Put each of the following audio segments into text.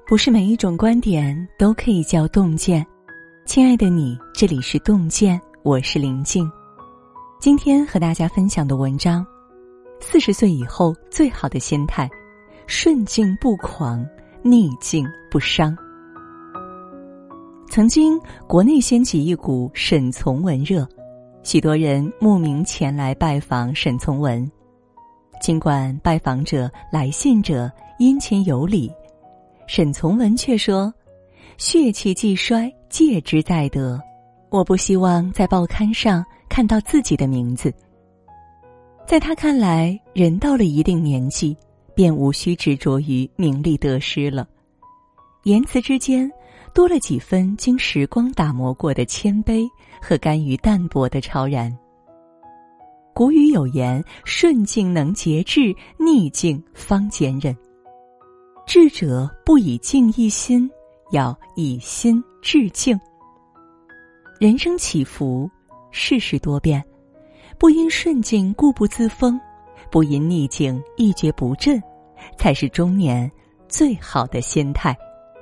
不是每一种观点都可以叫洞见。亲爱的你，这里是洞见，我是林静。今天和大家分享的文章，40岁以后最好的心态，顺境不狂，逆境不伤。曾经国内掀起一股沈从文热，许多人慕名前来拜访沈从文。尽管拜访者、来信者殷勤有礼，沈从文却说：血气既衰，戒之在得，我不希望在报刊上看到自己的名字。在他看来，人到了一定年纪，便无需执着于名利得失了，言辞之间多了几分经时光打磨过的谦卑和甘于淡泊的超然。古语有言，顺境能节制，逆境方坚韧。智者不以静一心，要以心致静。人生起伏，世事多变，不因顺境固步自封，不因逆境一蹶不振，才是中年最好的心态。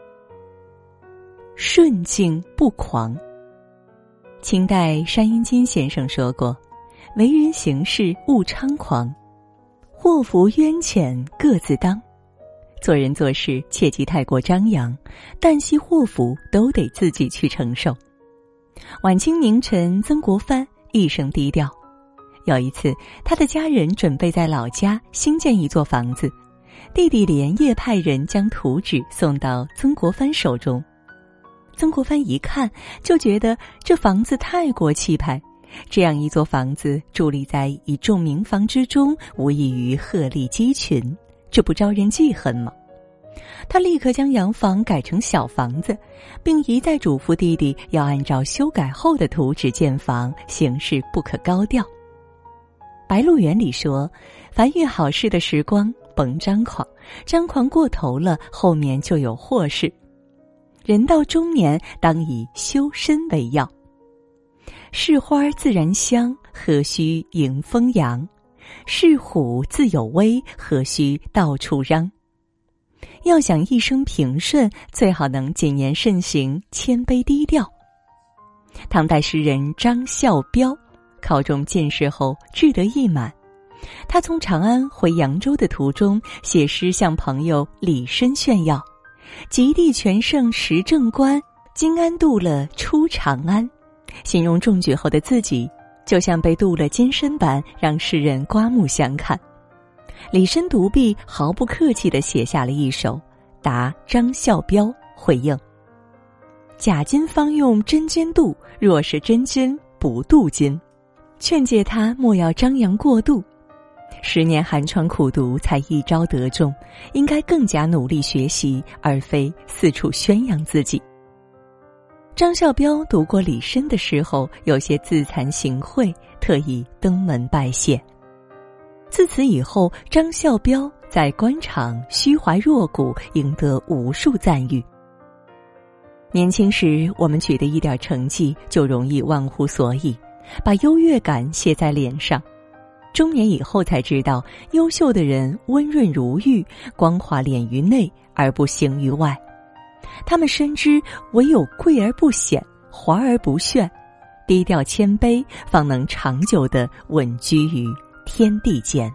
顺境不狂。清代山阴金先生说过，为人行事勿猖狂，祸福冤浅各自当。做人做事切忌太过张扬，旦夕祸福都得自己去承受。晚清名臣曾国藩一生低调，有一次他的家人准备在老家兴建一座房子，弟弟连夜派人将图纸送到曾国藩手中。曾国藩一看就觉得这房子太过气派，这样一座房子伫立在一众民房之中，无异于鹤立鸡群，这不招人记恨吗？他立刻将洋房改成小房子，并一再嘱咐弟弟要按照修改后的图纸建房，行事不可高调。白鹿原里说，凡遇好事的时光甭张狂，张狂过头了，后面就有祸事。人到中年，当以修身为要。是花自然香，何须迎风扬？是虎自有威，何须到处嚷？要想一生平顺，最好能谨言慎行，谦卑低调。唐代诗人张孝标考中进士后志得意满，他从长安回扬州的途中，写诗向朋友李绅炫耀：极地全胜时正官，金鞍镀了出长安。形容中举后的自己就像被镀了金身般，让世人刮目相看。李绅独臂毫不客气地写下了一首答张孝标，回应：假金方用真金镀，若是真金不镀金。劝诫他莫要张扬过度，10年寒窗苦读才一朝得中，应该更加努力学习，而非四处宣扬自己。张孝标读过李绅的诗后，有些自惭形秽，特意登门拜谢。自此以后，张孝标在官场虚怀若谷，赢得无数赞誉。年轻时我们取得一点成绩就容易忘乎所以，把优越感写在脸上。中年以后才知道，优秀的人温润如玉，光滑敛于内而不形于外。他们深知唯有贵而不显，华而不炫，低调谦卑，方能长久地稳居于天地间。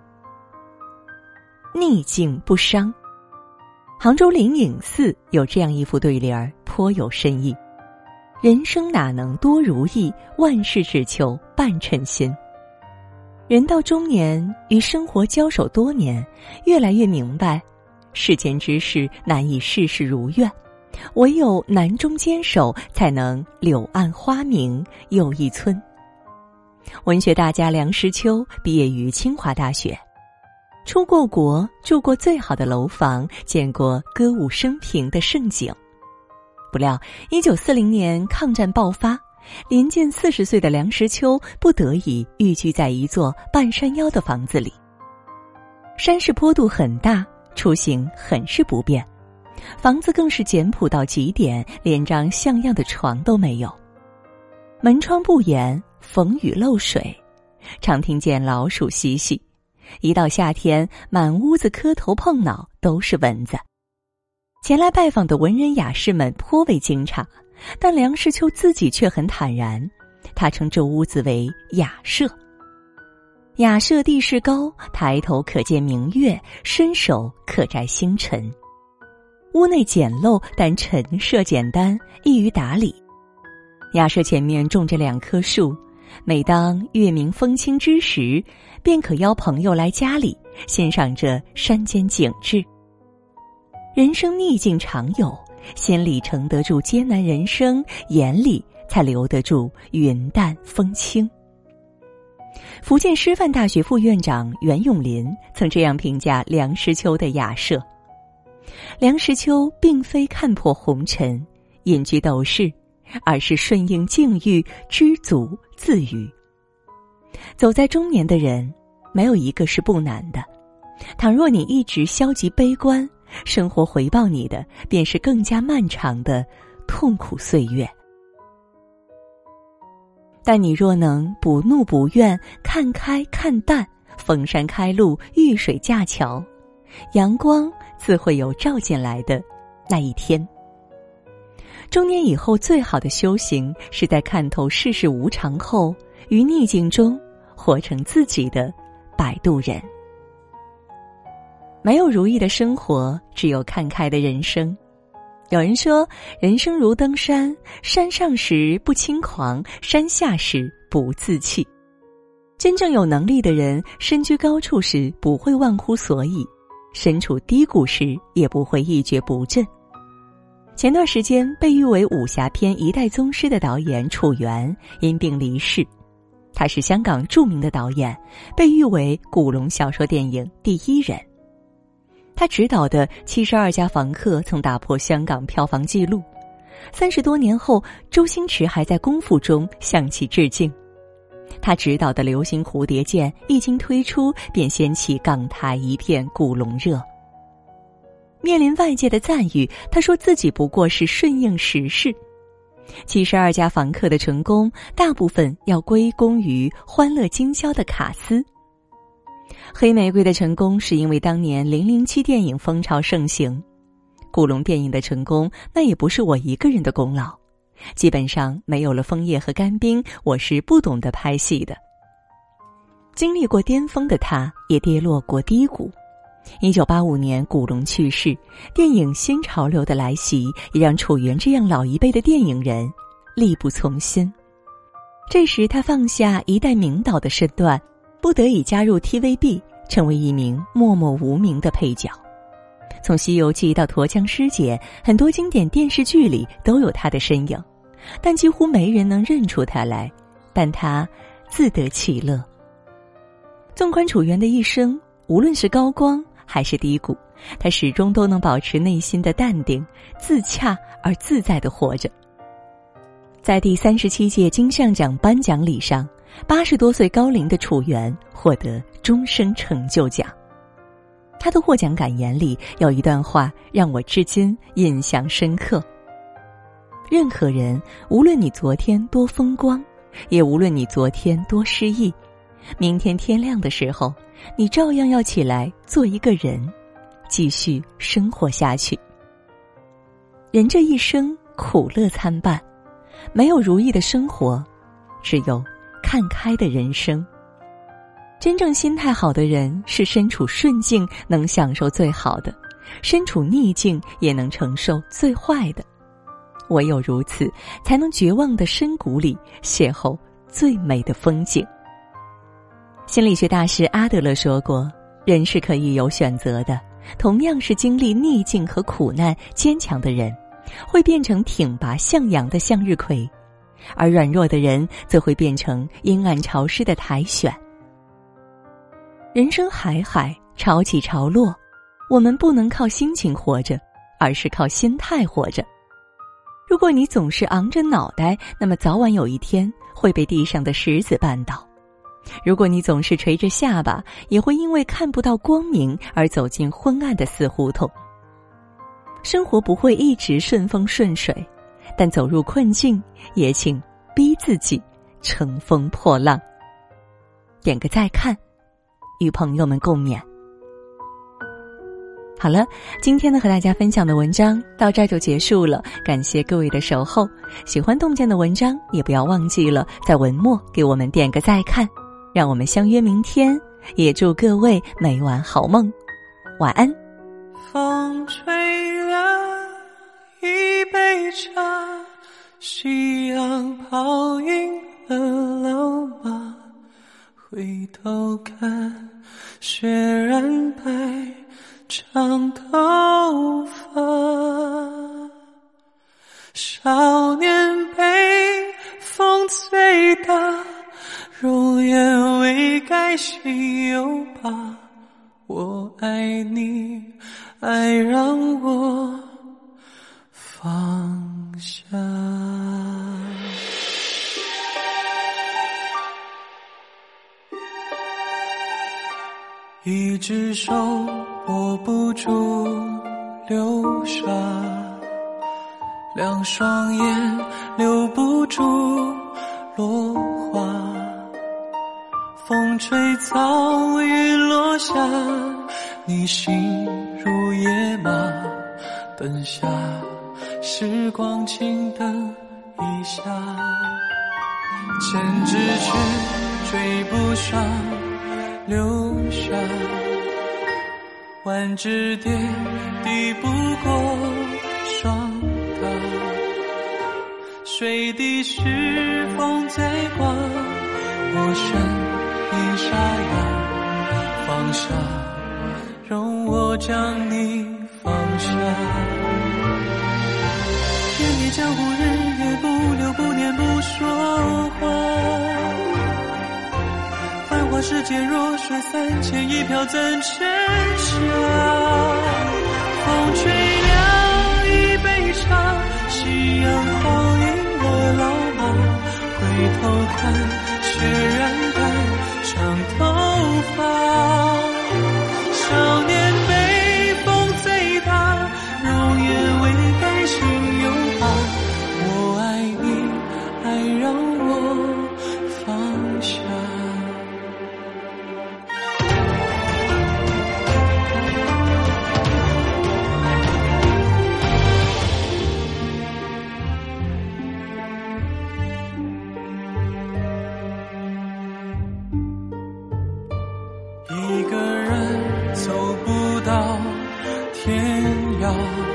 逆境不伤。杭州灵隐寺有这样一副对联儿，颇有深意：人生哪能多如意，万事只求半称心。人到中年，与生活交手多年，越来越明白，世间之事难以事事如愿，唯有难中坚守，才能柳暗花明又一村。文学大家梁实秋毕业于清华大学，出过国，住过最好的楼房，见过歌舞升平的盛景。不料1940年抗战爆发，临近40岁的梁实秋不得已寓居在一座半山腰的房子里。山势坡度很大，出行很是不便，房子更是简朴到极点，连张像样的床都没有。门窗不严，逢雨漏水，常听见老鼠嬉戏。一到夏天，满屋子磕头碰脑都是蚊子。 前来拜访的文人雅士们颇为惊诧，但梁实秋自己却很坦然，他称这屋子为雅舍。雅舍地势高，抬头可见明月，伸手可摘星辰。屋内简陋，但陈设简单，易于打理。雅舍前面种着2棵树，每当月明风清之时，便可邀朋友来家里欣赏这山间景致。人生逆境常有，心里承得住艰难人生，眼里才留得住云淡风轻。福建师范大学副院长袁咏琳曾这样评价梁实秋的雅舍：梁实秋并非看破红尘，隐居斗室，而是顺应境遇，知足自娱。走在中年的人，没有一个是不难的。倘若你一直消极悲观，生活回报你的便是更加漫长的痛苦岁月。但你若能不怒不怨，看开看淡，逢山开路，遇水架桥，阳光自会有照进来的那一天。中年以后最好的修行，是在看透世事无常后，于逆境中活成自己的摆渡人。没有如意的生活，只有看开的人生。有人说，人生如登山，山上时不轻狂，山下时不自弃。真正有能力的人，身居高处时不会忘乎所以，身处低谷时也不会一蹶不振。前段时间被誉为武侠片一代宗师的导演楚原因病离世，他是香港著名的导演，被誉为古龙小说电影第1人。他执导的《72家房客》曾打破香港票房纪录，30多年后，周星驰还在功夫中向其致敬。他执导的《流星蝴蝶剑》一经推出，便掀起港台一片古龙热。面临外界的赞誉，他说自己不过是顺应时势。72家房客的成功，大部分要归功于欢乐今宵的卡斯。黑玫瑰的成功是因为当年007电影风潮盛行，古龙电影的成功那也不是我一个人的功劳，基本上没有了枫叶和干冰，我是不懂得拍戏的。经历过巅峰的他，也跌落过低谷。1985年古龙去世，电影新潮流的来袭也让楚原这样老一辈的电影人力不从心。这时他放下一代名导的身段，不得已加入 TVB， 成为一名默默无名的配角。从《西游记》到《驼江师姐》，很多经典电视剧里都有他的身影，但几乎没人能认出他来，但他自得其乐。纵观楚原的一生，无论是高光还是低谷，他始终都能保持内心的淡定，自洽而自在地活着。在第37届金像奖颁奖礼上，80多岁高龄的楚原获得终生成就奖。他的获奖感言里有一段话让我至今印象深刻：任何人，无论你昨天多风光，也无论你昨天多失意，明天天亮的时候，你照样要起来做一个人，继续生活下去。人这一生苦乐参半，没有如意的生活，只有看开的人生。真正心态好的人，是身处顺境能享受最好的，身处逆境也能承受最坏的。唯有如此，才能绝望的深谷里邂逅最美的风景。心理学大师阿德勒说过，人是可以有选择的，同样是经历逆境和苦难坚强的人，会变成挺拔向阳的向日葵，而软弱的人则会变成阴暗潮湿的苔藓。人生海海，潮起潮落，我们不能靠心情活着，而是靠心态活着。如果你总是昂着脑袋，那么早晚有一天会被地上的石子绊倒。如果你总是垂着下巴，也会因为看不到光明而走进昏暗的死胡同。生活不会一直顺风顺水，但走入困境，也请逼自己乘风破浪。点个再看，与朋友们共勉。 好了，今天呢和大家分享的文章到这儿就结束了，感谢各位的守候。喜欢洞见的文章也不要忘记了在文末给我们点个再看，让我们相约明天，也祝各位每晚好梦，晚安。 风吹了一杯茶，夕阳泡赢了老马，回头看雪染白长头发，少年被风吹大，容颜未改心有疤，我爱你，爱让我放下。一只手握不住流沙，两双眼留不住落花，风吹草雨落下，你心如野马，等下时光轻等一下，千只却追不上留下，万只蝶抵不过霜打，水滴是风在刮，我身一沙哑，放下，容我将你放下。天地江湖日月不留不念不说话，繁华世界若水三千，一瓢怎盛下？风吹了一杯茶，夕阳泡赢了老马，回头看雪染白长头发，少年被风吹大，容颜未改心有疤，我爱你，爱让我放下。一个人走不到天涯，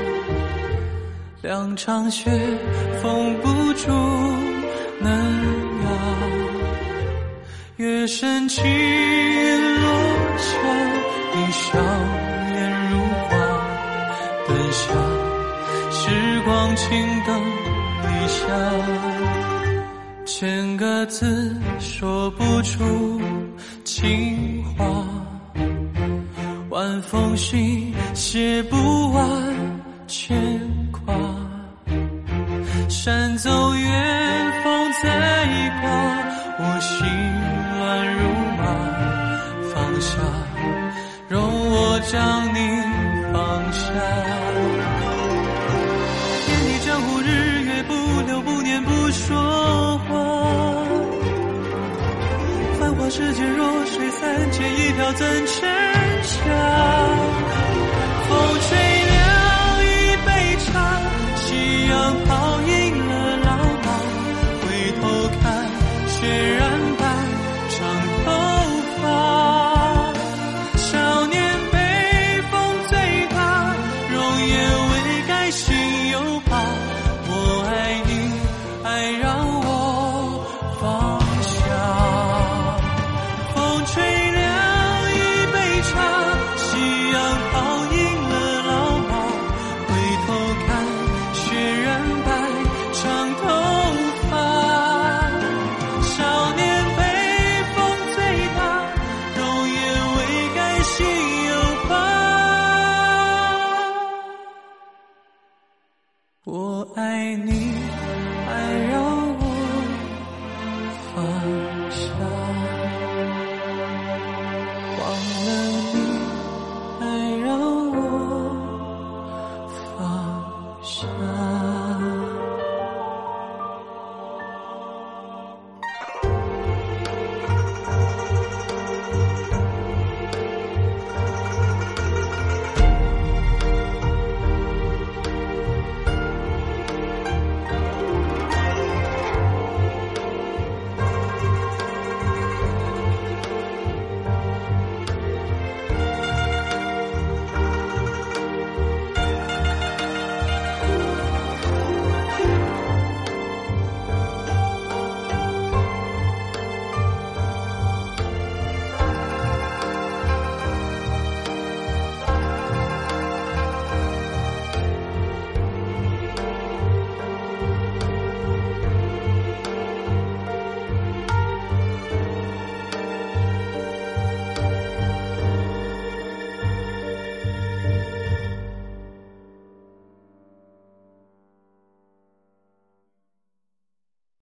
两场雪封不住嫩芽，月升起云落下，你笑颜如花，等下时光轻等一下，千个字说不出情话，晚风信写不完牵挂，山走远风在刮，我心乱如麻，放下，容我将你放下。天地江湖日月不留不念不说话，繁华世界若水三千，一瓢怎盛下？风吹了一杯茶，夕阳泡赢了老马，回头看雪染白长头发，少年被风吹大，容颜未改心有疤，我爱你，爱让我放下。风吹了一杯茶，夕阳泡赢了老马，回头看雪染白长头发，少年被风吹大，容颜未改心有疤，我爱你，